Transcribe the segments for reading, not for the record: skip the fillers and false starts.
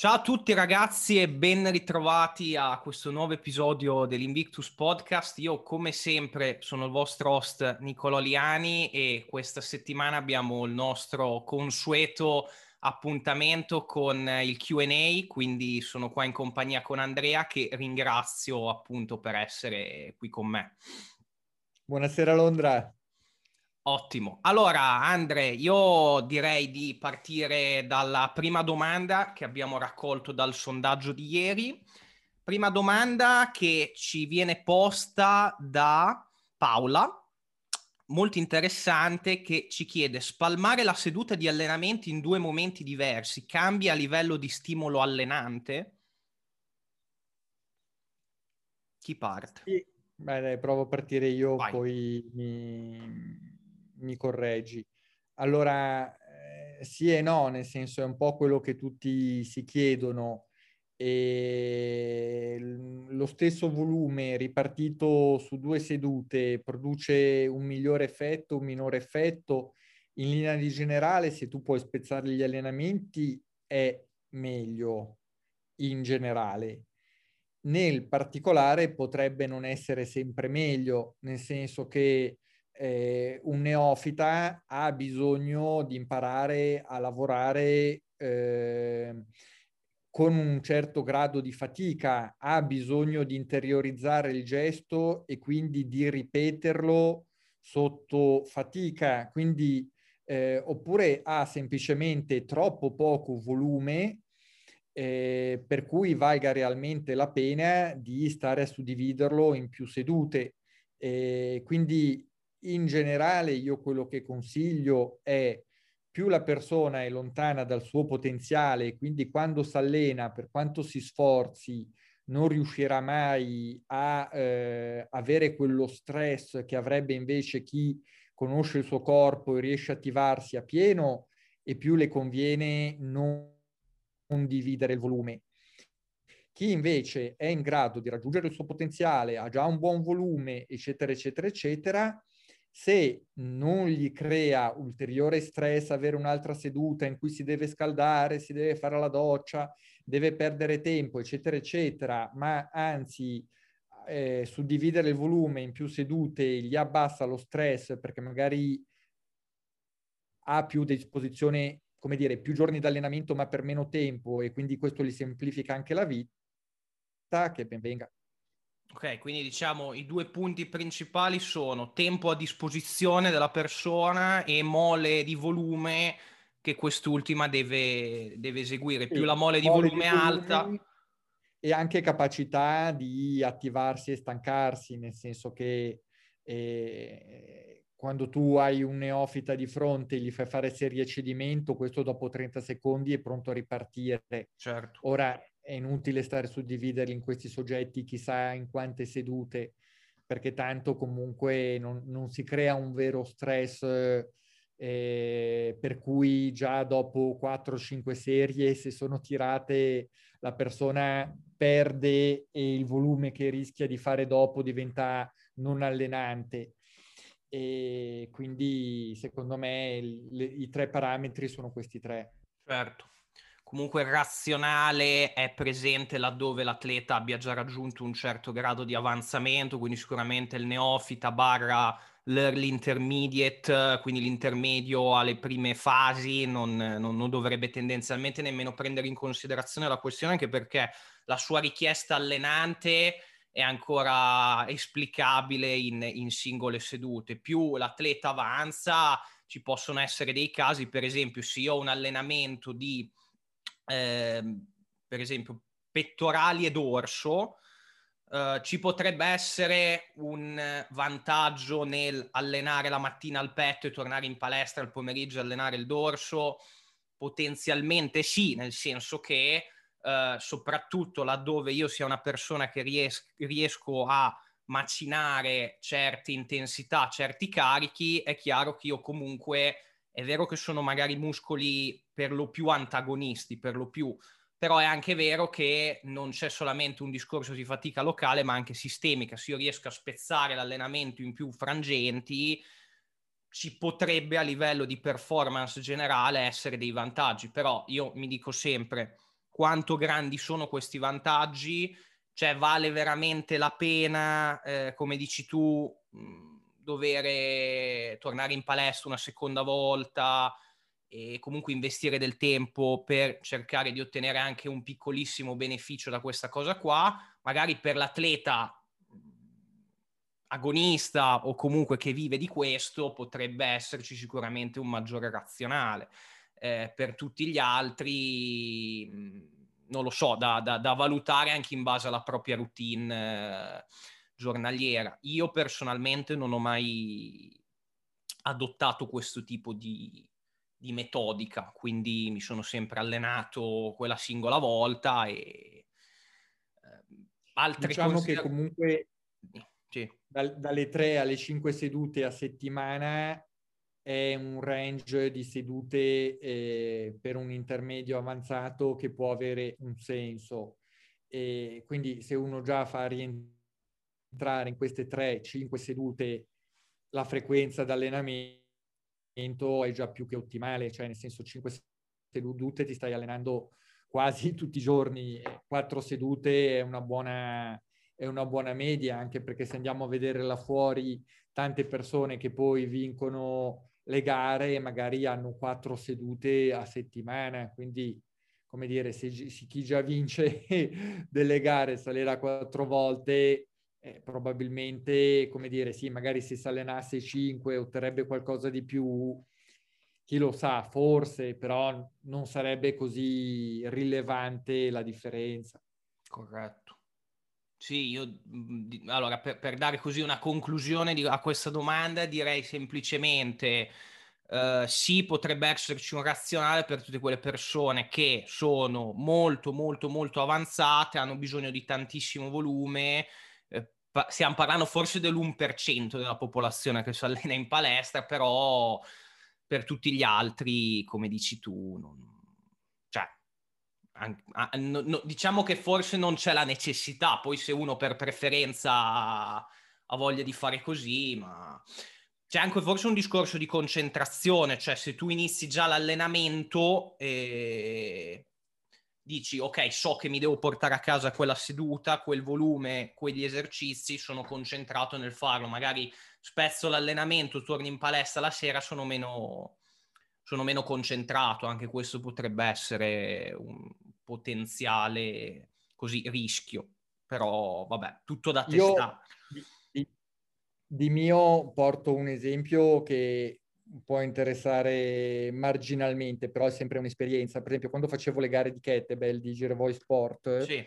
Ciao a tutti ragazzi e ben ritrovati a questo nuovo episodio dell'Invictus Podcast. Io come sempre sono il vostro host Nicolò Liani e questa settimana abbiamo il nostro consueto appuntamento con il Q&A, quindi sono qua in compagnia con Andrea che ringrazio appunto per essere qui con me. Buonasera Londra. Ottimo. Allora, Andre, io direi di partire dalla prima domanda che abbiamo raccolto dal sondaggio di ieri. Prima domanda che ci viene posta da Paola, molto interessante, che ci chiede: spalmare la seduta di allenamenti in due momenti diversi cambia a livello di stimolo allenante? Chi parte? Sì. Beh, dai, provo a partire io, Vai. poi mi correggi. Allora, sì e no, nel senso è un po' quello che tutti si chiedono. Lo stesso volume ripartito su due sedute produce un migliore effetto, un minore effetto. In linea di generale, se tu puoi spezzare gli allenamenti, è meglio in generale. Nel particolare potrebbe non essere sempre meglio, nel senso che un neofita ha bisogno di imparare a lavorare con un certo grado di fatica, ha bisogno di interiorizzare il gesto e quindi di ripeterlo sotto fatica, quindi oppure ha semplicemente troppo poco volume, per cui valga realmente la pena di stare a suddividerlo in più sedute. Quindi in generale io quello che consiglio è: più la persona è lontana dal suo potenziale, quindi quando si allena, per quanto si sforzi, non riuscirà mai a avere quello stress che avrebbe invece chi conosce il suo corpo e riesce a attivarsi a pieno, e più le conviene non dividere il volume. Chi invece è in grado di raggiungere il suo potenziale, ha già un buon volume, eccetera, eccetera, eccetera, se non gli crea ulteriore stress avere un'altra seduta in cui si deve scaldare, si deve fare la doccia, deve perdere tempo, eccetera, eccetera, ma anzi suddividere il volume in più sedute gli abbassa lo stress, perché magari ha più a disposizione, come dire, più giorni di allenamento ma per meno tempo, e quindi questo gli semplifica anche la vita, che ben venga. Ok, quindi diciamo i due punti principali sono tempo a disposizione della persona e mole di volume che quest'ultima deve eseguire. Più la E mole di mole di volume è alta. volume e anche capacità di attivarsi e stancarsi, nel senso che quando tu hai un neofita di fronte e gli fai fare serie cedimento, questo dopo 30 secondi è pronto a ripartire. Certo. Ora è inutile stare a suddividerli in questi soggetti chissà in quante sedute, perché tanto comunque non si crea un vero stress, per cui già dopo 4-5 serie, se sono tirate, la persona perde e il volume che rischia di fare dopo diventa non allenante. E quindi secondo me i tre parametri sono questi tre. Certo. Comunque il razionale è presente laddove l'atleta abbia già raggiunto un certo grado di avanzamento, quindi sicuramente il neofita barra l'early intermediate, quindi l'intermedio alle prime fasi, non dovrebbe tendenzialmente nemmeno prendere in considerazione la questione, anche perché la sua richiesta allenante è ancora esplicabile in singole sedute. Più l'atleta avanza, ci possono essere dei casi, per esempio, se io ho un allenamento di, per esempio, pettorali e dorso, ci potrebbe essere un vantaggio nel allenare la mattina al petto e tornare in palestra al pomeriggio e allenare il dorso. Potenzialmente sì, nel senso che soprattutto laddove io sia una persona che riesco a macinare certe intensità, certi carichi, è chiaro che io comunque, è vero che sono magari muscoli per lo più antagonisti, per lo più, però è anche vero che non c'è solamente un discorso di fatica locale, ma anche sistemica. Se io riesco a spezzare l'allenamento in più frangenti, ci potrebbe a livello di performance generale essere dei vantaggi, però io mi dico sempre, quanto grandi sono questi vantaggi, cioè vale veramente la pena, come dici tu, dover tornare in palestra una seconda volta e comunque investire del tempo per cercare di ottenere anche un piccolissimo beneficio da questa cosa qua, magari per l'atleta agonista o comunque che vive di questo potrebbe esserci sicuramente un maggiore razionale. Per tutti gli altri non lo so, da valutare anche in base alla propria routine giornaliera. Io personalmente non ho mai adottato questo tipo di metodica, quindi mi sono sempre allenato quella singola volta e altre Diciamo che considerazioni. comunque Sì. dalle 3 alle 5 sedute a settimana è un range di sedute per un intermedio avanzato che può avere un senso. E quindi se uno già fa rientrare in queste 3-5 sedute la frequenza d'allenamento è già più che ottimale, cioè nel senso 5 sedute ti stai allenando quasi tutti i giorni, 4 sedute è una buona media, anche perché se andiamo a vedere là fuori tante persone che poi vincono le gare magari hanno 4 sedute a settimana, quindi come dire, se chi già vince delle gare salirà 4 volte, probabilmente, come dire, sì, magari se si allenasse 5 otterrebbe qualcosa di più, chi lo sa, forse, però non sarebbe così rilevante la differenza. Corretto. Sì, io allora per dare così una conclusione a questa domanda direi semplicemente sì, potrebbe esserci un razionale per tutte quelle persone che sono molto molto molto avanzate, hanno bisogno di tantissimo volume, stiamo parlando forse dell'1% della popolazione che si allena in palestra, però per tutti gli altri, come dici tu, cioè diciamo che forse non c'è la necessità, poi se uno per preferenza ha voglia di fare così, ma c'è anche forse un discorso di concentrazione, cioè se tu inizi già l'allenamento e dici ok, so che mi devo portare a casa quella seduta, quel volume, quegli esercizi, sono concentrato nel farlo, magari spezzo l'allenamento, torni in palestra la sera, sono meno concentrato, anche questo potrebbe essere un potenziale così rischio, però vabbè, tutto da Io testare. di, di mio porto un esempio che può interessare marginalmente, però è sempre un'esperienza. Per esempio, quando facevo le gare di kettlebell di Girevoi Sport, Sì,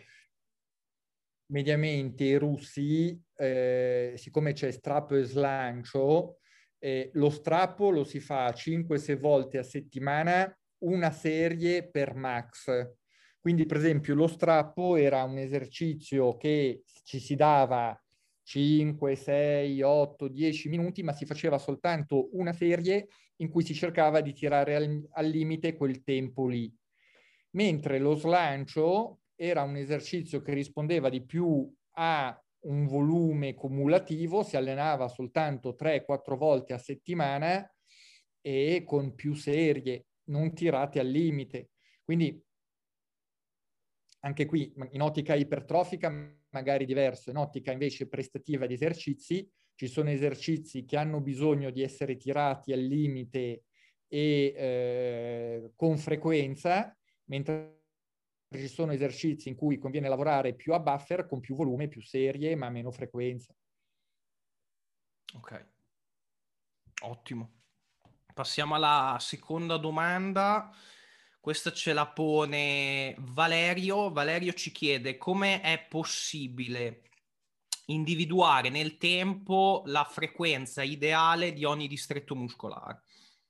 mediamente i russi, siccome c'è strappo e slancio, lo strappo lo si fa 5-6 volte a settimana, una serie per max. Quindi, per esempio, lo strappo era un esercizio che ci si dava 5, 6, 8, 10 minuti, ma si faceva soltanto una serie in cui si cercava di tirare al limite quel tempo lì. Mentre lo slancio era un esercizio che rispondeva di più a un volume cumulativo, si allenava soltanto 3-4 volte a settimana e con più serie, non tirate al limite. Quindi anche qui in ottica ipertrofica magari diverso, in ottica invece prestativa di esercizi, ci sono esercizi che hanno bisogno di essere tirati al limite e con frequenza, mentre ci sono esercizi in cui conviene lavorare più a buffer, con più volume, più serie, ma meno frequenza. ok, ottimo. Passiamo alla seconda domanda. Questa ce la pone Valerio. Valerio ci chiede come è possibile individuare nel tempo la frequenza ideale di ogni distretto muscolare.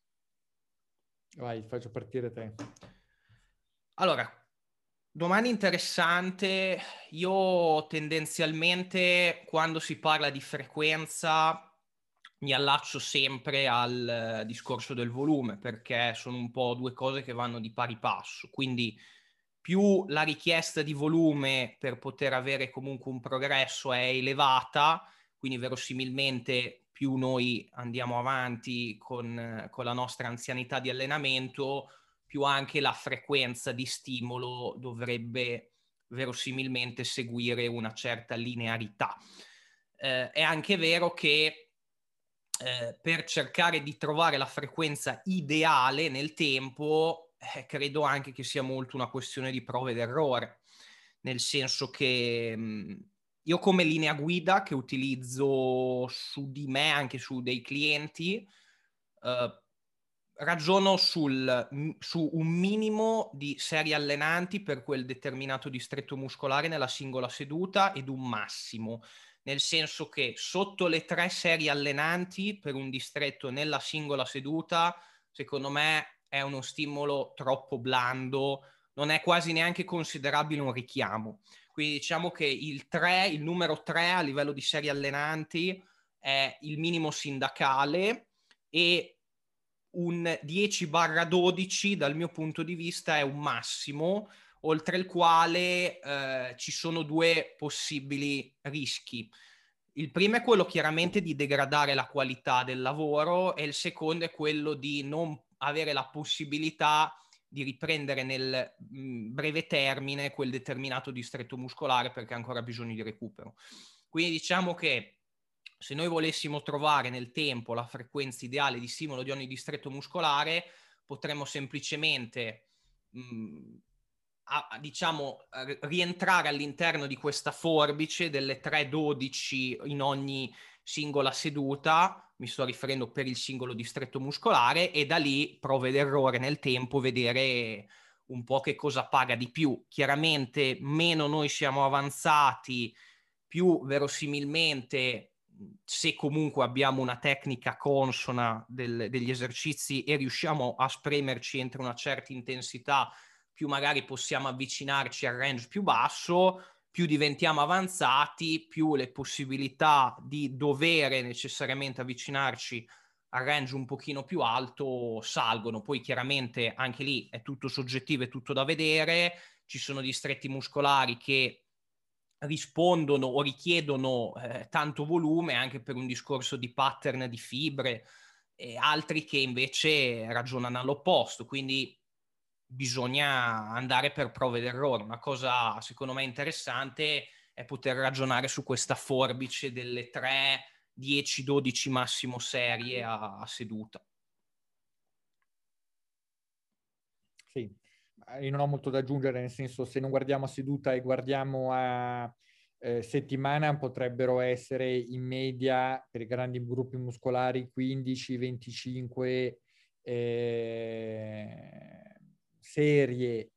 Vai, faccio partire te. Allora, domanda interessante. Io tendenzialmente quando si parla di frequenza mi allaccio sempre al discorso del volume perché sono un po' due cose che vanno di pari passo. Quindi più la richiesta di volume per poter avere comunque un progresso è elevata, quindi verosimilmente più noi andiamo avanti con la nostra anzianità di allenamento, più anche la frequenza di stimolo dovrebbe verosimilmente seguire una certa linearità. È anche vero che per cercare di trovare la frequenza ideale nel tempo, credo anche che sia molto una questione di prova ed errore, nel senso che io come linea guida che utilizzo su di me, anche su dei clienti, ragiono su un minimo di serie allenanti per quel determinato distretto muscolare nella singola seduta ed un massimo, nel senso che sotto le 3 serie allenanti per un distretto nella singola seduta, secondo me è uno stimolo troppo blando, non è quasi neanche considerabile un richiamo. Quindi diciamo che il numero 3 a livello di serie allenanti è il minimo sindacale, e un 10/12 dal mio punto di vista è un massimo, oltre il quale ci sono 2 possibili rischi. Il primo è quello chiaramente di degradare la qualità del lavoro, e il secondo è quello di non avere la possibilità di riprendere nel breve termine quel determinato distretto muscolare perché ha ancora bisogno di recupero. Quindi diciamo che se noi volessimo trovare nel tempo la frequenza ideale di stimolo di ogni distretto muscolare, potremmo semplicemente diciamo rientrare all'interno di questa forbice delle 3-12 in ogni singola seduta, mi sto riferendo per il singolo distretto muscolare, e da lì prova ed errore nel tempo, vedere un po' che cosa paga di più. Chiaramente meno noi siamo avanzati, più verosimilmente, se comunque abbiamo una tecnica consona degli esercizi e riusciamo a spremerci entro una certa intensità, più magari possiamo avvicinarci al range più basso, più diventiamo avanzati, più le possibilità di dovere necessariamente avvicinarci al range un pochino più alto salgono. Poi chiaramente anche lì è tutto soggettivo, è tutto da vedere, ci sono distretti muscolari che rispondono o richiedono tanto volume anche per un discorso di pattern di fibre, e altri che invece ragionano all'opposto, quindi bisogna andare per prove ed errore. Una cosa secondo me interessante è poter ragionare su questa forbice delle 3, 10, 12 massimo serie a seduta. Sì, io non ho molto da aggiungere, nel senso, se non guardiamo a seduta e guardiamo a settimana, potrebbero essere in media per i grandi gruppi muscolari 15-25 serie.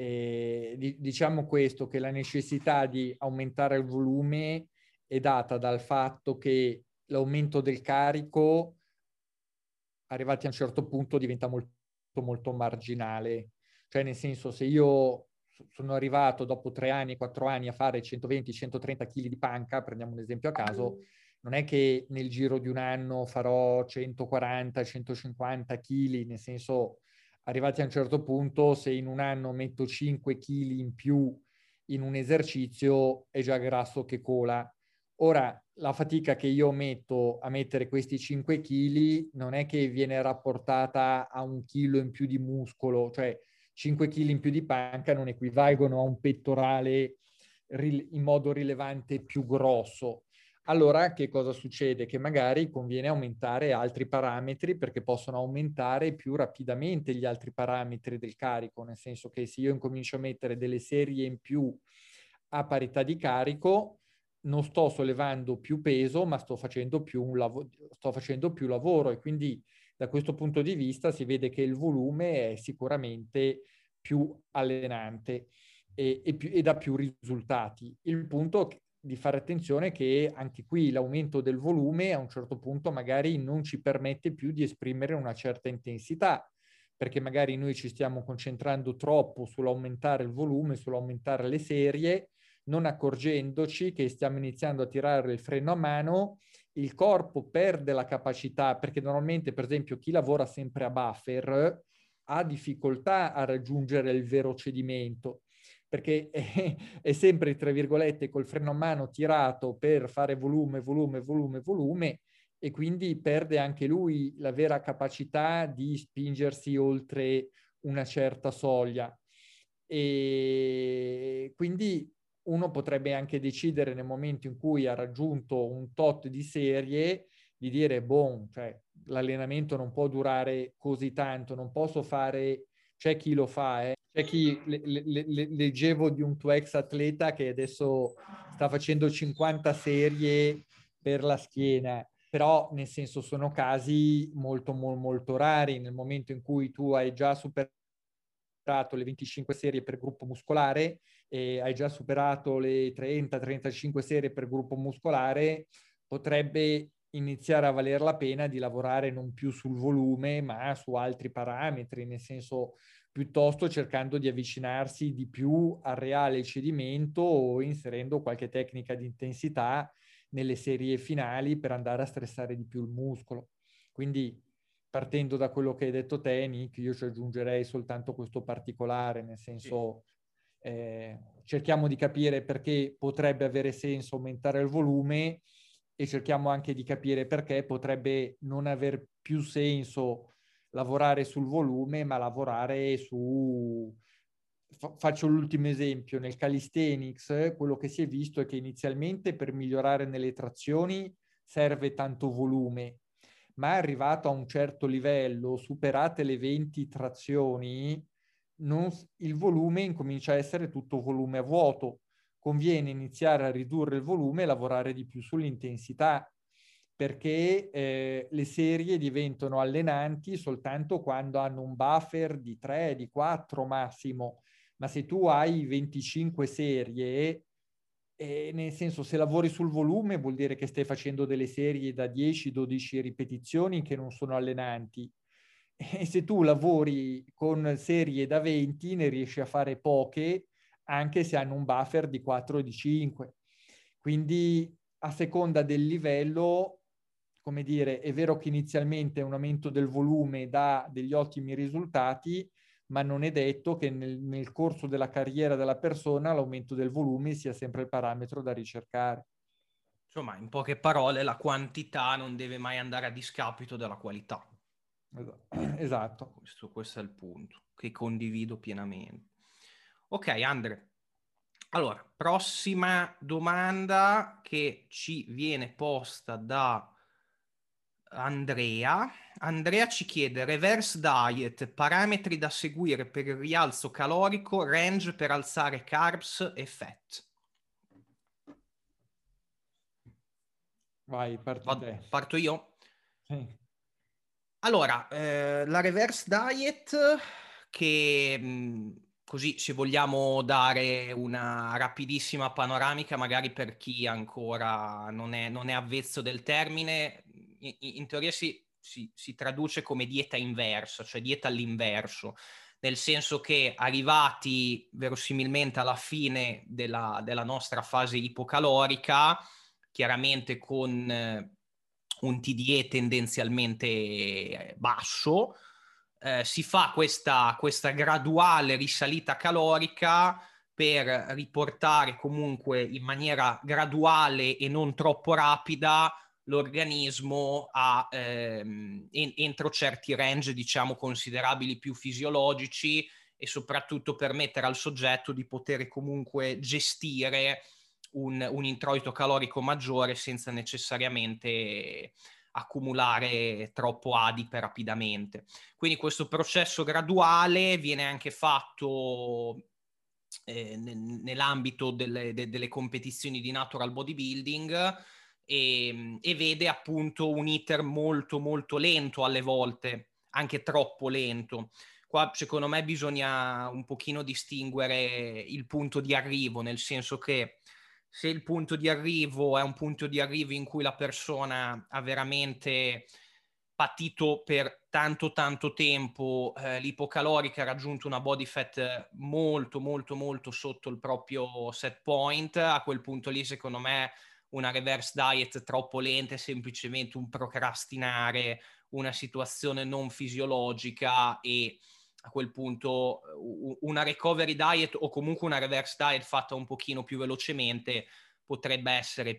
Diciamo questo, che la necessità di aumentare il volume è data dal fatto che l'aumento del carico, arrivati a un certo punto, diventa molto, molto marginale. Cioè, nel senso, se io sono arrivato dopo 3 anni, 4 anni a fare 120-130 kg di panca, prendiamo un esempio a caso, non è che nel giro di un anno farò 140-150 kg, nel senso, arrivati a un certo punto, se in un anno metto 5 kg in più in un esercizio, è già grasso che cola. Ora, la fatica che io metto a mettere questi 5 kg non è che viene rapportata a 1 chilo in più di muscolo, cioè 5 kg in più di panca non equivalgono a un pettorale in modo rilevante più grosso. Allora, che cosa succede? Che magari conviene aumentare altri parametri, perché possono aumentare più rapidamente gli altri parametri del carico, nel senso che se io incomincio a mettere delle serie in più a parità di carico, non sto sollevando più peso, ma sto facendo più lavoro, e quindi da questo punto di vista si vede che il volume è sicuramente più allenante e dà più risultati. Il punto di fare attenzione è che anche qui l'aumento del volume a un certo punto magari non ci permette più di esprimere una certa intensità, perché magari noi ci stiamo concentrando troppo sull'aumentare il volume, sull'aumentare le serie, non accorgendoci che stiamo iniziando a tirare il freno a mano. Il corpo perde la capacità, perché normalmente, per esempio, chi lavora sempre a buffer ha difficoltà a raggiungere il vero cedimento, perché è sempre, tra virgolette, col freno a mano tirato per fare volume, e quindi perde anche lui la vera capacità di spingersi oltre una certa soglia. E quindi uno potrebbe anche decidere nel momento in cui ha raggiunto un tot di serie di dire, boh, cioè, l'allenamento non può durare così tanto, non posso fare, c'è chi lo fa, c'è chi, leggevo di un tuo ex atleta che adesso sta facendo 50 serie per la schiena, però nel senso sono casi molto, molto rari. Nel momento in cui tu hai già superato le 25 serie per gruppo muscolare e hai già superato le 30-35 serie per gruppo muscolare, potrebbe iniziare a valer la pena di lavorare non più sul volume, ma su altri parametri, nel senso piuttosto cercando di avvicinarsi di più al reale cedimento o inserendo qualche tecnica di intensità nelle serie finali per andare a stressare di più il muscolo. Quindi partendo da quello che hai detto te, Nick, io ci aggiungerei soltanto questo particolare, nel senso cerchiamo di capire perché potrebbe avere senso aumentare il volume e cerchiamo anche di capire perché potrebbe non aver più senso lavorare sul volume, ma lavorare su... Faccio l'ultimo esempio, nel calisthenics quello che si è visto è che inizialmente per migliorare nelle trazioni serve tanto volume, ma arrivato a un certo livello, superate le 20 trazioni, il volume incomincia a essere tutto volume a vuoto. Conviene iniziare a ridurre il volume e lavorare di più sull'intensità, perché le serie diventano allenanti soltanto quando hanno un buffer di 3, di 4 massimo, ma se tu hai 25 serie, nel senso se lavori sul volume vuol dire che stai facendo delle serie da 10-12 ripetizioni che non sono allenanti. E se tu lavori con serie da 20 ne riesci a fare poche anche se hanno un buffer di 4 o di 5. Quindi a seconda del livello, come dire, è vero che inizialmente un aumento del volume dà degli ottimi risultati, ma non è detto che nel corso della carriera della persona l'aumento del volume sia sempre il parametro da ricercare. Insomma, in poche parole, la quantità non deve mai andare a discapito della qualità. Esatto. Questo è il punto che condivido pienamente. Ok, Andre. Allora, prossima domanda che ci viene posta da Andrea. Andrea ci chiede reverse diet, parametri da seguire per il rialzo calorico, range per alzare carbs e fat. Vai, parti te. Parto io? Sì. Allora, la reverse diet che così se vogliamo dare una rapidissima panoramica magari per chi ancora non è avvezzo del termine, in teoria si traduce come dieta inversa, cioè dieta all'inverso, nel senso che arrivati verosimilmente alla fine della nostra fase ipocalorica, chiaramente con un TDE tendenzialmente basso, si fa questa graduale risalita calorica per riportare comunque in maniera graduale e non troppo rapida l'organismo entro certi range, diciamo, considerabili più fisiologici e soprattutto permettere al soggetto di poter comunque gestire un introito calorico maggiore senza necessariamente accumulare troppo adipe rapidamente. Quindi questo processo graduale viene anche fatto nell'ambito delle competizioni di natural bodybuilding e vede appunto un iter molto molto lento alle volte, anche troppo lento. Qua secondo me bisogna un pochino distinguere il punto di arrivo, nel senso che se il punto di arrivo è un punto di arrivo in cui la persona ha veramente patito per tanto tanto tempo, l'ipocalorica ha raggiunto una body fat molto molto molto sotto il proprio set point, a quel punto lì secondo me una reverse diet troppo lenta è semplicemente un procrastinare una situazione non fisiologica e a quel punto una recovery diet o comunque una reverse diet fatta un pochino più velocemente potrebbe essere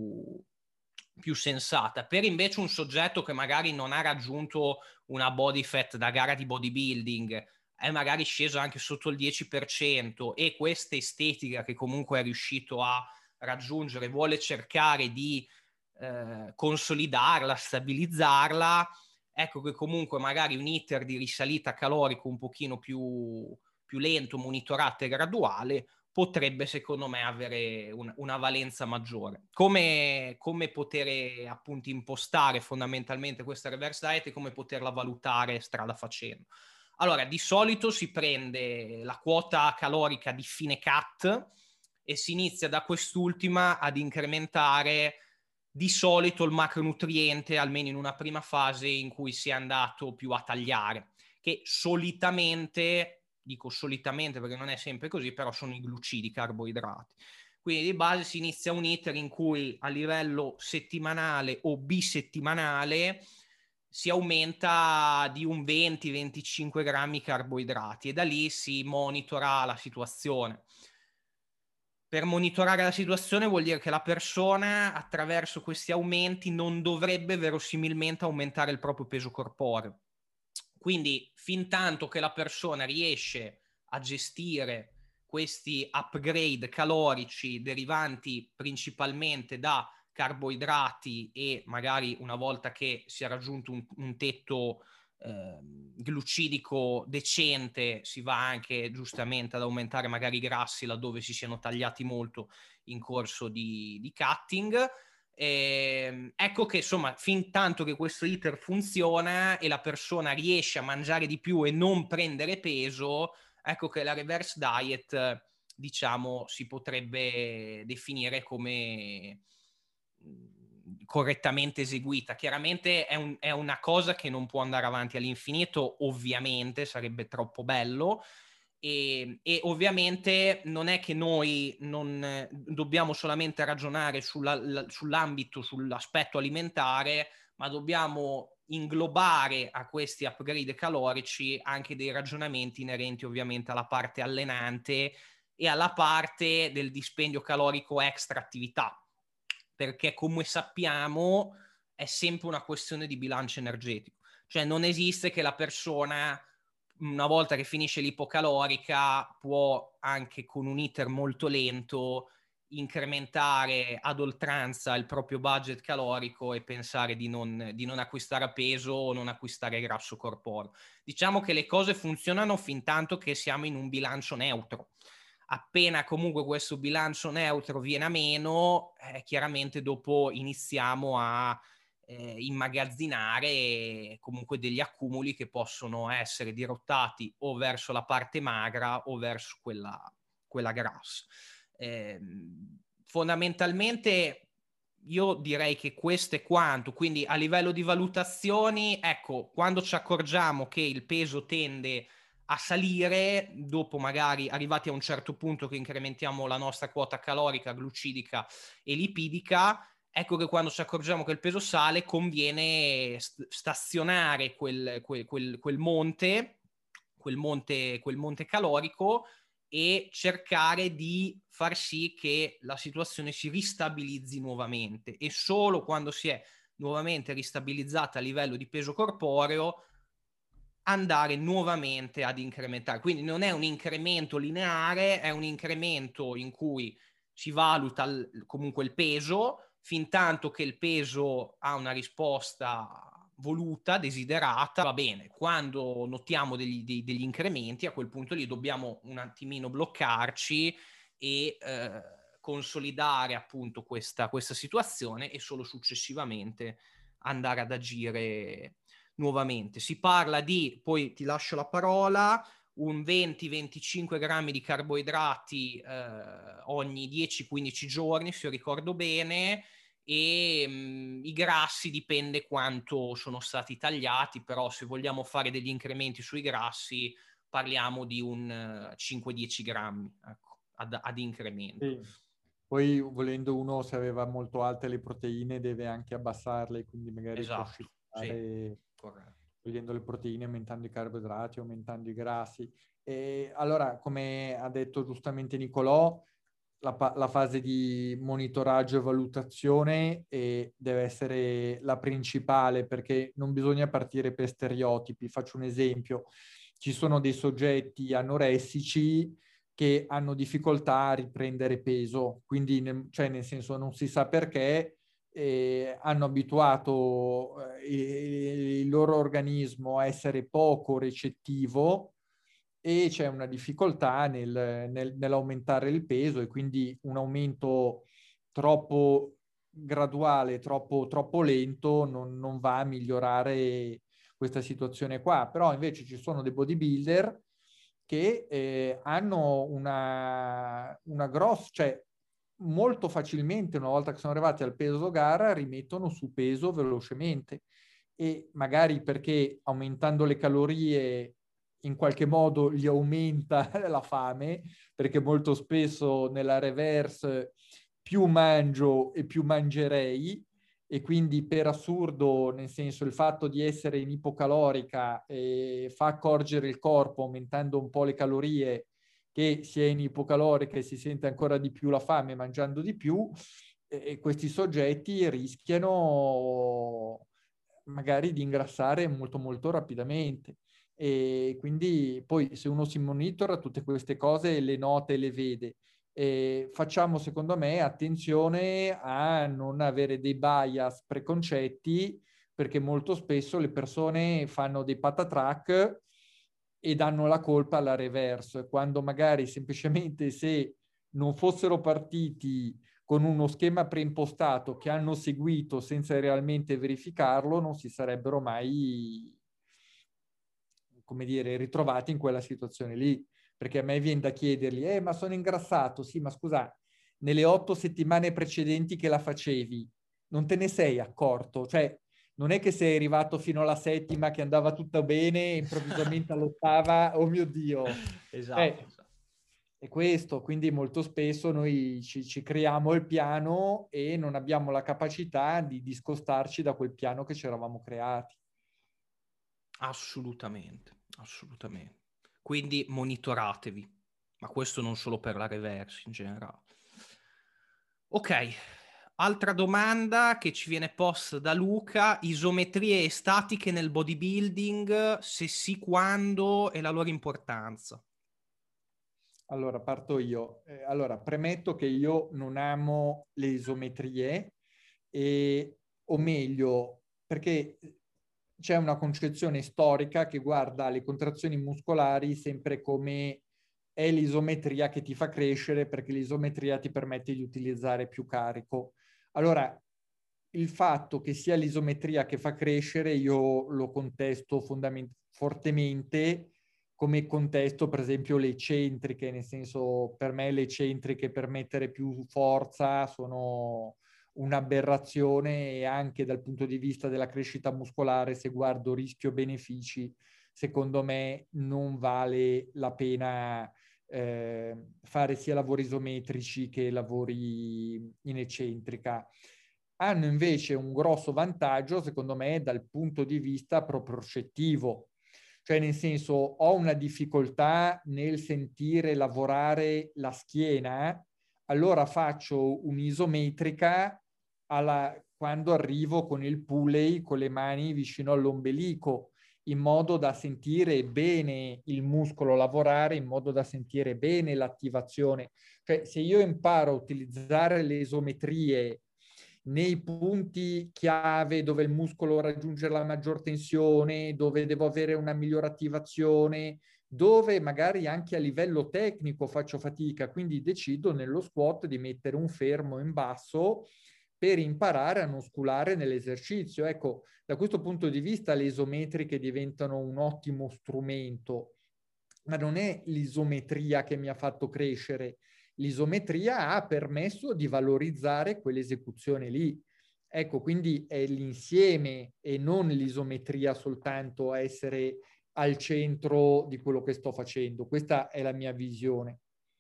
più sensata. Per invece un soggetto che magari non ha raggiunto una body fat da gara di bodybuilding, è magari sceso anche sotto il 10% e questa estetica che comunque è riuscito a raggiungere vuole cercare di consolidarla, stabilizzarla, ecco che comunque magari un iter di risalita calorico un pochino più lento, monitorato e graduale potrebbe secondo me avere una valenza maggiore. Come poter appunto impostare fondamentalmente questa reverse diet e come poterla valutare strada facendo? Allora, di solito si prende la quota calorica di fine cut e si inizia da quest'ultima ad incrementare di solito il macronutriente, almeno in una prima fase in cui si è andato più a tagliare, che solitamente, dico solitamente perché non è sempre così, però sono i glucidi, i carboidrati. Quindi di base si inizia un iter in cui a livello settimanale o bisettimanale si aumenta di un 20-25 grammi carboidrati e da lì si monitora la situazione. Per monitorare la situazione vuol dire che la persona attraverso questi aumenti non dovrebbe verosimilmente aumentare il proprio peso corporeo. Quindi fin tanto che la persona riesce a gestire questi upgrade calorici derivanti principalmente da carboidrati e magari una volta che si è raggiunto un tetto glucidico decente si va anche giustamente ad aumentare magari i grassi laddove si siano tagliati molto in corso di cutting. Ecco che insomma fin tanto che questo iter funziona e la persona riesce a mangiare di più e non prendere peso, ecco che la reverse diet diciamo si potrebbe definire come correttamente eseguita. Chiaramente è una cosa che non può andare avanti all'infinito, ovviamente sarebbe troppo bello, e ovviamente non è che noi non dobbiamo solamente ragionare sull'ambito, sull'aspetto alimentare, ma dobbiamo inglobare a questi upgrade calorici anche dei ragionamenti inerenti ovviamente alla parte allenante e alla parte del dispendio calorico extra attività, perché come sappiamo è sempre una questione di bilancio energetico, cioè non esiste che la persona una volta che finisce l'ipocalorica può anche con un iter molto lento incrementare ad oltranza il proprio budget calorico e pensare di non acquistare a peso o non acquistare grasso corporeo. Diciamo che le cose funzionano fin tanto che siamo in un bilancio neutro. Appena comunque questo bilancio neutro viene a meno, chiaramente dopo iniziamo a immagazzinare comunque degli accumuli che possono essere dirottati o verso la parte magra o verso quella grassa. Fondamentalmente io direi che questo è quanto, quindi a livello di valutazioni, ecco, quando ci accorgiamo che il peso tende a salire, dopo magari arrivati a un certo punto che incrementiamo la nostra quota calorica, glucidica e lipidica, ecco che quando ci accorgiamo che il peso sale conviene stazionare quel monte calorico e cercare di far sì che la situazione si ristabilizzi nuovamente, e solo quando si è nuovamente ristabilizzata a livello di peso corporeo andare nuovamente ad incrementare. Quindi non è un incremento lineare, è un incremento in cui si valuta comunque il peso, fin tanto che il peso ha una risposta voluta, desiderata, va bene. Quando notiamo degli incrementi, a quel punto lì dobbiamo un attimino bloccarci e consolidare appunto questa situazione e solo successivamente andare ad agire nuovamente. Si parla di, poi ti lascio la parola, un 20-25 grammi di carboidrati ogni 10-15 giorni, se io ricordo bene, e i grassi dipende quanto sono stati tagliati, però se vogliamo fare degli incrementi sui grassi parliamo di un 5-10 grammi, ecco, ad incremento. Sì. Poi volendo uno, se aveva molto alte le proteine, deve anche abbassarle, quindi magari può Esatto, oscillare sì, corretto. togliendo le proteine, aumentando i carboidrati, aumentando i grassi. E allora, come ha detto giustamente Nicolò, la fase di monitoraggio e valutazione deve essere la principale, perché non bisogna partire per stereotipi. Faccio un esempio. ci sono dei soggetti anoressici che hanno difficoltà a riprendere peso, quindi cioè nel senso non si sa perché hanno abituato il loro organismo a essere poco recettivo e c'è una difficoltà nell'aumentare il peso e quindi un aumento troppo graduale, troppo lento non va a migliorare questa situazione qua. Però invece ci sono dei bodybuilder che hanno una grossa, cioè molto facilmente, una volta che sono arrivati al peso gara, rimettono su peso velocemente e magari perché aumentando le calorie in qualche modo gli aumenta la fame, perché molto spesso nella reverse più mangio e più mangerei, e quindi per assurdo, nel senso, il fatto di essere in ipocalorica fa accorgere il corpo aumentando un po' le calorie, che si è in ipocalorica e si sente ancora di più la fame mangiando di più, e questi soggetti rischiano magari di ingrassare molto molto rapidamente. E quindi poi se uno si monitora tutte queste cose le nota e le vede. Facciamo secondo me attenzione a non avere dei bias preconcetti, perché molto spesso le persone fanno dei patatrack e danno la colpa alla reverse, quando magari semplicemente se non fossero partiti con uno schema preimpostato che hanno seguito senza realmente verificarlo, non si sarebbero mai, come dire, ritrovati in quella situazione lì. Perché a me viene da chiedergli, ma sono ingrassato, sì, ma scusa, nelle 8 settimane precedenti che la facevi, non te ne sei accorto? Cioè, non è che sei arrivato fino alla 7ª che andava tutto bene, improvvisamente all'8ª, oh mio Dio. Esatto. È questo, quindi molto spesso noi ci creiamo il piano e non abbiamo la capacità di discostarci da quel piano che ci eravamo creati. Assolutamente, assolutamente. Quindi monitoratevi, ma questo non solo per la reverse in generale. Ok, altra domanda che ci viene posta da Luca: isometrie statiche nel bodybuilding, se sì, quando e la loro importanza. Allora, parto io. Allora, premetto che io non amo le isometrie, o meglio, perché c'è una concezione storica che guarda le contrazioni muscolari sempre come è l'isometria che ti fa crescere, perché l'isometria ti permette di utilizzare più carico. Allora, il fatto che sia l'isometria che fa crescere, io lo contesto fortemente, come contesto per esempio le eccentriche, nel senso, per me le eccentriche per mettere più forza sono un'aberrazione, e anche dal punto di vista della crescita muscolare, se guardo rischio-benefici, secondo me non vale la pena fare sia lavori isometrici che lavori in eccentrica. Hanno invece un grosso vantaggio, secondo me, dal punto di vista propriocettivo. Cioè, nel senso, ho una difficoltà nel sentire lavorare la schiena, allora faccio un'isometrica quando arrivo con il pulley, con le mani vicino all'ombelico, in modo da sentire bene il muscolo lavorare, in modo da sentire bene l'attivazione. Cioè, se io imparo a utilizzare le isometrie nei punti chiave dove il muscolo raggiunge la maggior tensione, dove devo avere una migliore attivazione, dove magari anche a livello tecnico faccio fatica, quindi decido nello squat di mettere un fermo in basso per imparare a non sculare nell'esercizio. Ecco, da questo punto di vista le isometriche diventano un ottimo strumento, ma non è l'isometria che mi ha fatto crescere. L'isometria ha permesso di valorizzare quell'esecuzione lì. Ecco, quindi è l'insieme e non l'isometria soltanto a essere al centro di quello che sto facendo. Questa è la mia visione.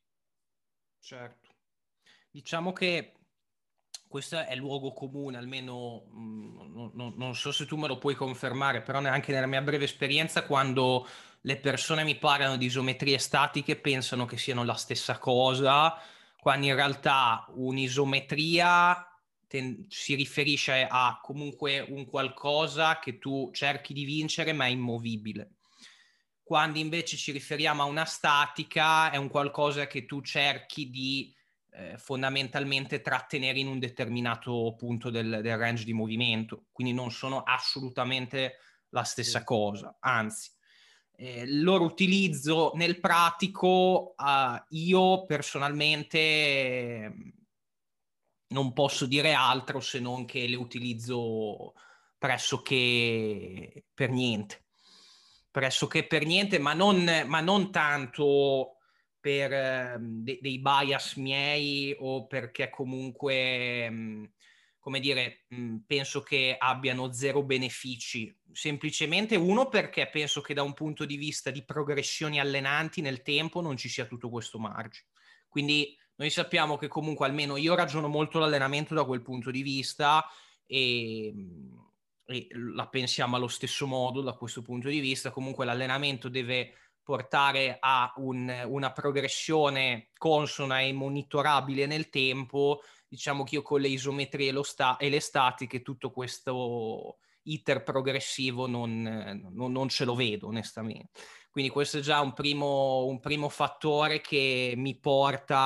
Certo. Diciamo che questo è il luogo comune, almeno non so se tu me lo puoi confermare, però neanche nella mia breve esperienza, quando le persone mi parlano di isometrie statiche pensano che siano la stessa cosa, quando in realtà un'isometria si riferisce a comunque un qualcosa che tu cerchi di vincere ma è immovibile. quando invece ci riferiamo a una statica è un qualcosa che tu cerchi di fondamentalmente trattenere in un determinato punto del range di movimento, quindi non sono assolutamente la stessa cosa, anzi. Il loro utilizzo nel pratico, io personalmente non posso dire altro se non che le utilizzo pressoché per niente. Pressoché per niente, ma non tanto per dei bias miei o perché comunque, come dire, penso che abbiano zero benefici. Semplicemente uno, perché penso che da un punto di vista di progressioni allenanti nel tempo non ci sia tutto questo margine. Quindi noi sappiamo che comunque, almeno io ragiono molto l'allenamento da quel punto di vista e la pensiamo allo stesso modo da questo punto di vista. Comunque l'allenamento deve portare a una progressione consona e monitorabile nel tempo. Diciamo che io con le isometrie e le statiche tutto questo iter progressivo non ce lo vedo onestamente. Quindi questo è già un primo fattore che mi porta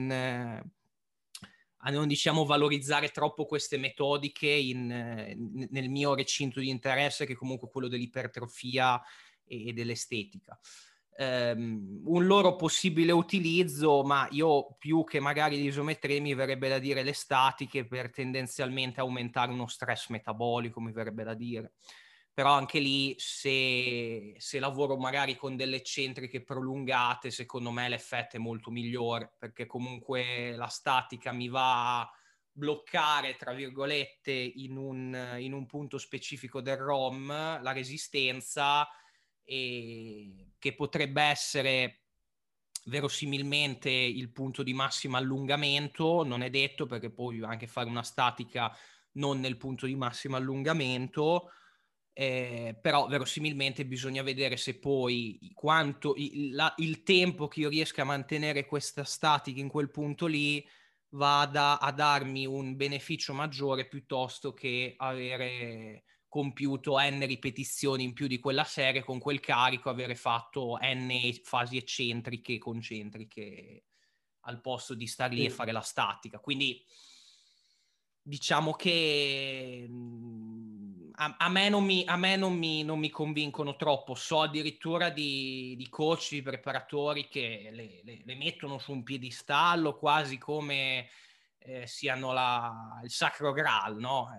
a non diciamo valorizzare troppo queste metodiche nel mio recinto di interesse, che è comunque quello dell'ipertrofia e dell'estetica. Un loro possibile utilizzo, ma io più che magari l'isometria mi verrebbe da dire le statiche, per tendenzialmente aumentare uno stress metabolico, mi verrebbe da dire. Però anche lì, se lavoro magari con delle eccentriche prolungate, secondo me l'effetto è molto migliore, perché comunque la statica mi va a bloccare, tra virgolette, in un punto specifico del ROM, la resistenza, e che potrebbe essere verosimilmente il punto di massimo allungamento, non è detto, perché puoi anche fare una statica non nel punto di massimo allungamento. Però verosimilmente bisogna vedere se poi il tempo che io riesca a mantenere questa statica in quel punto lì vada a darmi un beneficio maggiore, piuttosto che avere compiuto n ripetizioni in più di quella serie con quel carico, avere fatto n fasi eccentriche e concentriche al posto di star lì e fare la statica. Quindi diciamo che a me non mi convincono troppo. So addirittura di coach, di preparatori che le mettono su un piedistallo quasi come siano il sacro graal, no?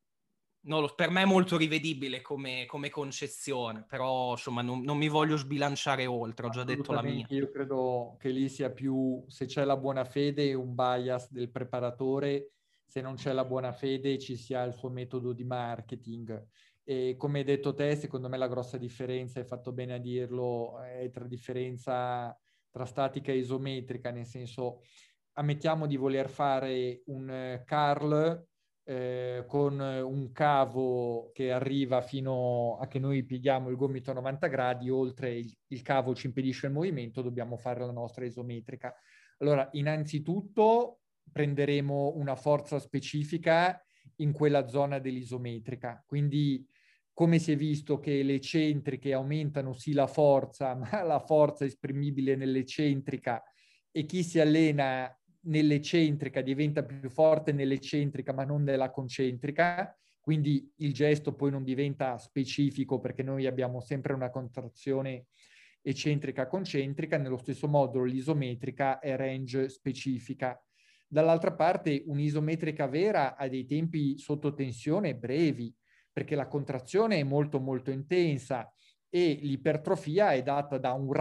Per me è molto rivedibile come concezione, però insomma non mi voglio sbilanciare oltre, ho già detto la mia. Assolutamente, io credo che lì sia più, se c'è la buona fede, un bias del preparatore, se non c'è la buona fede ci sia il suo metodo di marketing. E come hai detto te, secondo me la grossa differenza, hai fatto bene a dirlo, è differenza tra statica e isometrica, nel senso, ammettiamo di voler fare un curl con un cavo che arriva fino a che noi pieghiamo il gomito a 90 gradi, oltre il cavo ci impedisce il movimento, dobbiamo fare la nostra isometrica. Allora, innanzitutto prenderemo una forza specifica in quella zona dell'isometrica, quindi come si è visto che le eccentriche aumentano sì la forza, ma la forza è esprimibile nell'eccentrica, e chi si allena nell'eccentrica diventa più forte nell'eccentrica ma non nella concentrica, quindi il gesto poi non diventa specifico perché noi abbiamo sempre una contrazione eccentrica concentrica. Nello stesso modo l'isometrica è range specifica. Dall'altra parte un'isometrica vera ha dei tempi sotto tensione brevi, perché la contrazione è molto molto intensa e l'ipertrofia è data da un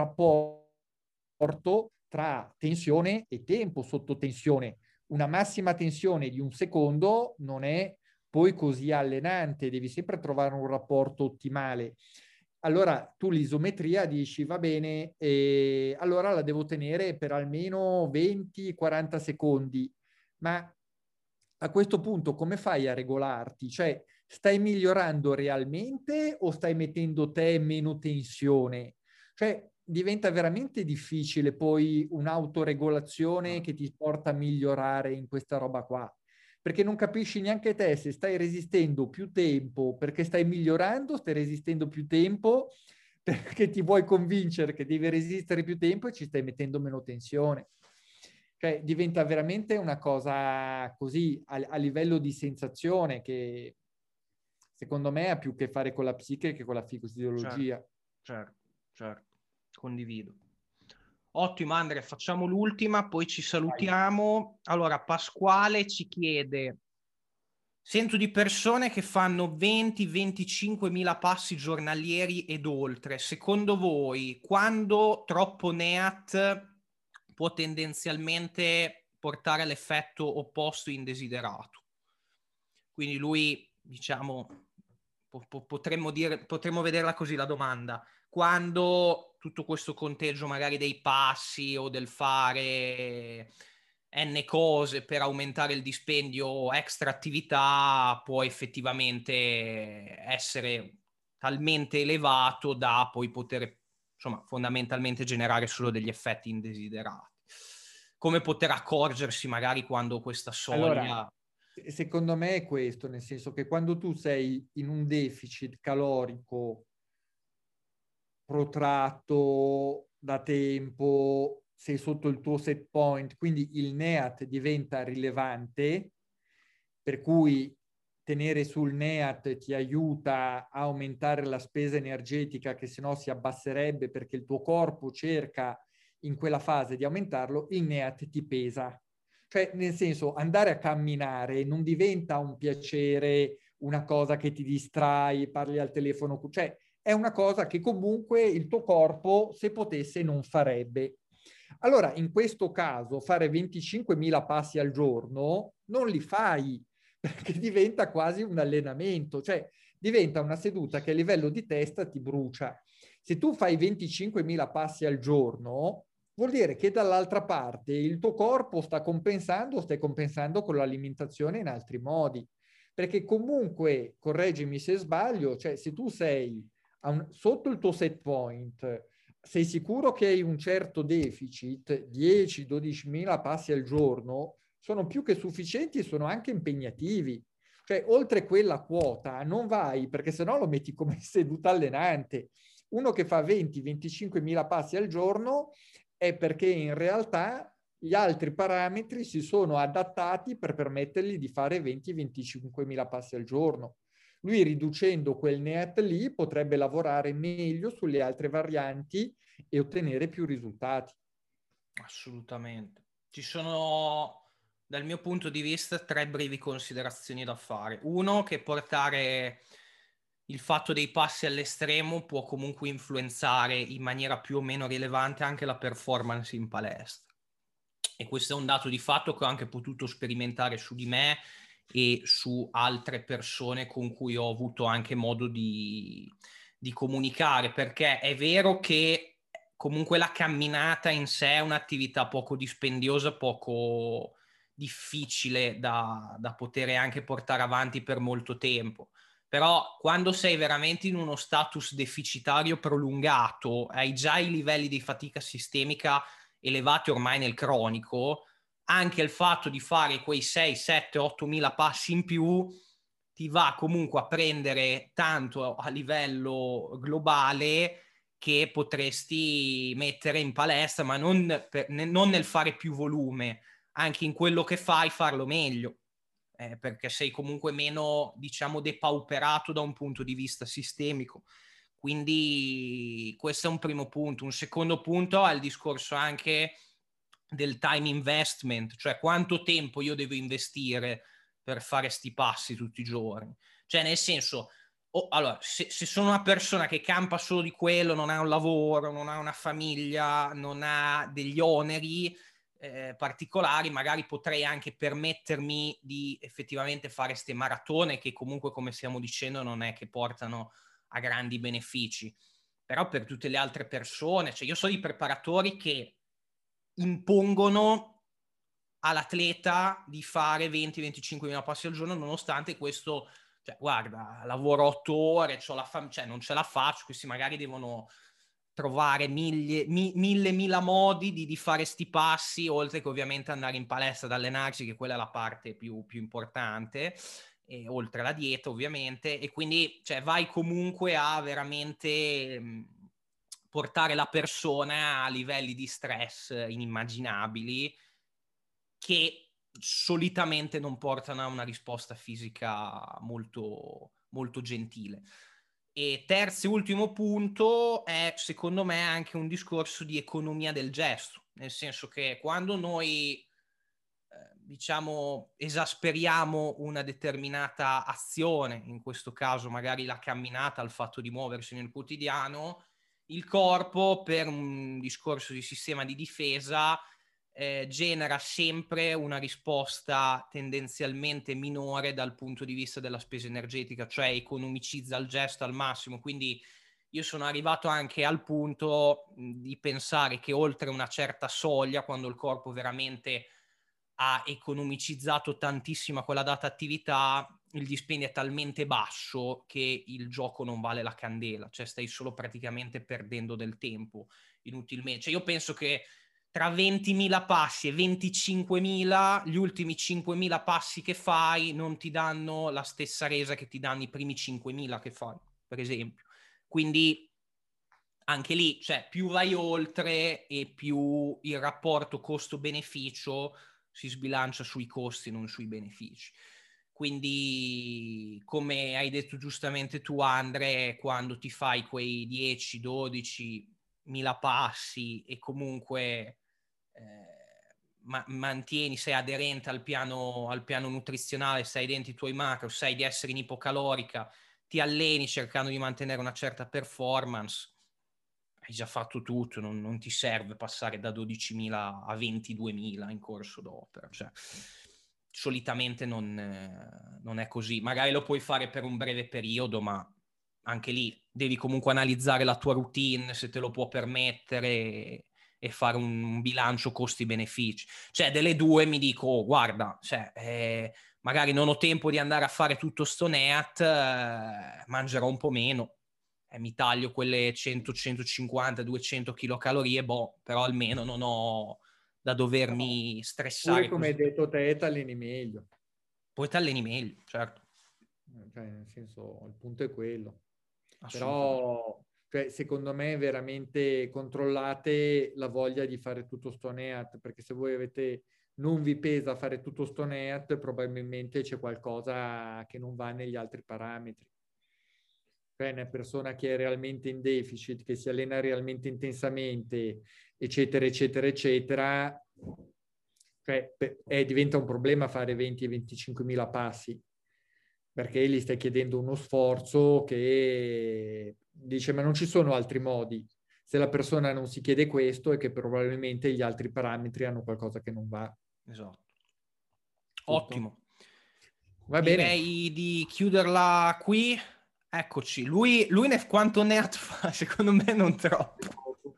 rapporto tra tensione e tempo sotto tensione. Una massima tensione di un secondo non è poi così allenante, devi sempre trovare un rapporto ottimale. Allora tu l'isometria dici va bene, allora la devo tenere per almeno 20-40 secondi, ma a questo punto come fai a regolarti? Cioè, stai migliorando realmente o stai mettendo te meno tensione? Cioè, diventa veramente difficile poi un'autoregolazione che ti porta a migliorare in questa roba qua, perché non capisci neanche te se stai resistendo più tempo perché stai migliorando, stai resistendo più tempo perché ti vuoi convincere che devi resistere più tempo e ci stai mettendo meno tensione. Cioè diventa veramente una cosa così a livello di sensazione che secondo me ha più a che fare con la psiche che con la fisiologia. Certo, certo, condivido. Ottimo Andrea, facciamo l'ultima, poi ci salutiamo. Allora, Pasquale ci chiede: sento di persone che fanno 20-25 mila passi giornalieri ed oltre. Secondo voi, quando troppo NEAT può tendenzialmente portare all'effetto opposto indesiderato? Quindi lui, diciamo, potremmo vederla così la domanda. Quando tutto questo conteggio magari dei passi o del fare n cose per aumentare il dispendio extra attività può effettivamente essere talmente elevato da poi poter, insomma, fondamentalmente generare solo degli effetti indesiderati. Come poter accorgersi magari quando questa Allora, soglia... secondo me è questo, nel senso che quando tu sei in un deficit calorico protratto da tempo, sei sotto il tuo set point, quindi il NEAT diventa rilevante, per cui tenere sul NEAT ti aiuta a aumentare la spesa energetica che sennò si abbasserebbe perché il tuo corpo cerca in quella fase di aumentarlo, il NEAT ti pesa. Cioè, nel senso, andare a camminare non diventa un piacere, una cosa che ti distrai, parli al telefono, cioè è una cosa che comunque il tuo corpo, se potesse, non farebbe. Allora, in questo caso, fare 25.000 passi al giorno non li fai, perché diventa quasi un allenamento, cioè diventa una seduta che a livello di testa ti brucia. Se tu fai 25.000 passi al giorno, vuol dire che dall'altra parte il tuo corpo sta compensando, stai compensando con l'alimentazione in altri modi. Perché comunque, correggimi se sbaglio, cioè se tu sei sotto il tuo set point, sei sicuro che hai un certo deficit, 10-12 mila passi al giorno, sono più che sufficienti e sono anche impegnativi. Cioè, oltre quella quota non vai, perché sennò lo metti come seduta allenante. Uno che fa 20-25 mila passi al giorno è perché in realtà gli altri parametri si sono adattati per permettergli di fare 20-25 mila passi al giorno. Lui riducendo quel NEAT lì potrebbe lavorare meglio sulle altre varianti e ottenere più risultati. Assolutamente. Ci sono, dal mio punto di vista, tre brevi considerazioni da fare. Uno, che portare il fatto dei passi all'estremo può comunque influenzare in maniera più o meno rilevante anche la performance in palestra. E questo è un dato di fatto che ho anche potuto sperimentare su di me e su altre persone con cui ho avuto anche modo di comunicare, perché è vero che comunque la camminata in sé è un'attività poco dispendiosa, poco difficile da poter anche portare avanti per molto tempo. Però quando sei veramente in uno status deficitario prolungato, hai già i livelli di fatica sistemica elevati ormai nel cronico, anche il fatto di fare quei 6, 7, 8 mila passi in più ti va comunque a prendere tanto a livello globale che potresti mettere in palestra, ma non nel fare più volume, anche in quello che fai farlo meglio, perché sei comunque meno, diciamo, depauperato da un punto di vista sistemico. Quindi questo è un primo punto. Un secondo punto è il discorso anche del time investment, cioè quanto tempo io devo investire per fare sti passi tutti i giorni. Cioè nel senso, allora, se sono una persona che campa solo di quello, non ha un lavoro, non ha una famiglia, non ha degli oneri particolari, magari potrei anche permettermi di effettivamente fare ste maratone che comunque, come stiamo dicendo, non è che portano a grandi benefici. Però per tutte le altre persone, cioè io so di preparatori che impongono all'atleta di fare 20-25 mila passi al giorno, nonostante questo, cioè, guarda, lavoro 8 ore, cioè, non ce la faccio, questi magari devono trovare mille modi di fare sti passi, oltre che ovviamente andare in palestra ad allenarsi, che quella è la parte più importante, oltre alla dieta ovviamente, e quindi cioè, vai comunque a veramente portare la persona a livelli di stress inimmaginabili che solitamente non portano a una risposta fisica molto, molto gentile. E terzo e ultimo punto è, secondo me, anche un discorso di economia del gesto, nel senso che quando noi diciamo esasperiamo una determinata azione, in questo caso magari la camminata, il fatto di muoversi nel quotidiano, il corpo, per un discorso di sistema di difesa, genera sempre una risposta tendenzialmente minore dal punto di vista della spesa energetica, cioè economicizza il gesto al massimo. Quindi io sono arrivato anche al punto di pensare che oltre una certa soglia, quando il corpo veramente ha economicizzato tantissima quella data attività, il dispendio è talmente basso che il gioco non vale la candela, cioè stai solo praticamente perdendo del tempo inutilmente. Cioè io penso che tra 20.000 passi e 25.000, gli ultimi 5.000 passi che fai non ti danno la stessa resa che ti danno i primi 5.000 che fai, per esempio. Quindi anche lì, cioè, più vai oltre e più il rapporto costo-beneficio si sbilancia sui costi, non sui benefici. Quindi, come hai detto giustamente tu, Andre, quando ti fai quei 10-12 mila passi e comunque mantieni, sei aderente al piano nutrizionale, sei dentro i tuoi macro, sai di essere in ipocalorica, ti alleni cercando di mantenere una certa performance, hai già fatto tutto, non ti serve passare da 12.000 a 22.000 in corso d'opera. Cioè, solitamente non è così. Magari lo puoi fare per un breve periodo, ma anche lì devi comunque analizzare la tua routine, se te lo può permettere, e fare un bilancio costi-benefici. Cioè, delle due mi dico, oh, guarda, cioè, magari non ho tempo di andare a fare tutto sto NEAT, mangerò un po' meno. Mi taglio quelle 100, 150, 200 kcal, boh, però almeno non ho da dovermi Pure stressare come hai così. detto te, t'alleni meglio. Poi ti alleni meglio, certo. Cioè, nel senso, il punto è quello. Assolutamente. Però, cioè, secondo me, veramente controllate la voglia di fare tutto sto NEAT, perché se voi non vi pesa fare tutto sto NEAT, probabilmente c'è qualcosa che non va negli altri parametri. Cioè, una persona che è realmente in deficit, che si allena realmente intensamente, eccetera, eccetera, eccetera, cioè, diventa un problema fare 20 e 25 mila passi, perché gli stai chiedendo uno sforzo che dice, ma non ci sono altri modi. Se la persona non si chiede questo, è che probabilmente gli altri parametri hanno qualcosa che non va. Esatto. Tutto. Ottimo. Va bene. Direi di chiuderla qui. Eccoci. Lui quanto ne ha? Secondo me non troppo.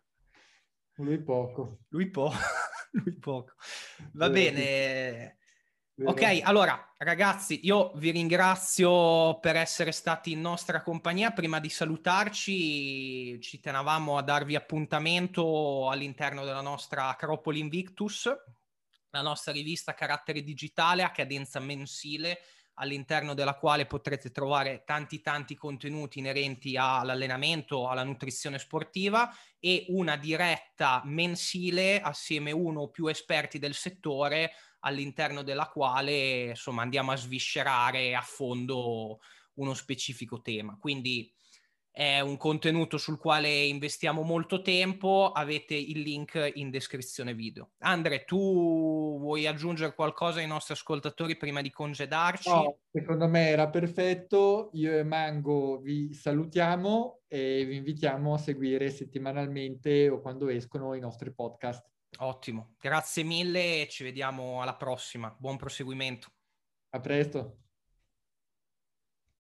Lui poco. Lui poco. Lui poco. Va Vero, sì. bene. Ok, Vero. allora ragazzi, io vi ringrazio per essere stati in nostra compagnia. Prima di salutarci, ci tenevamo a darvi appuntamento all'interno della nostra Acropoli Invictus, la nostra rivista a carattere digitale a cadenza mensile, all'interno della quale potrete trovare tanti contenuti inerenti all'allenamento, alla nutrizione sportiva, e una diretta mensile assieme a uno o più esperti del settore, all'interno della quale insomma andiamo a sviscerare a fondo uno specifico tema. Quindi è un contenuto sul quale investiamo molto tempo, avete il link in descrizione video. Andre, tu vuoi aggiungere qualcosa ai nostri ascoltatori prima di congedarci? No, secondo me era perfetto. Io e Mango vi salutiamo e vi invitiamo a seguire settimanalmente o quando escono i nostri podcast. Ottimo, grazie mille e ci vediamo alla prossima. Buon proseguimento. A presto.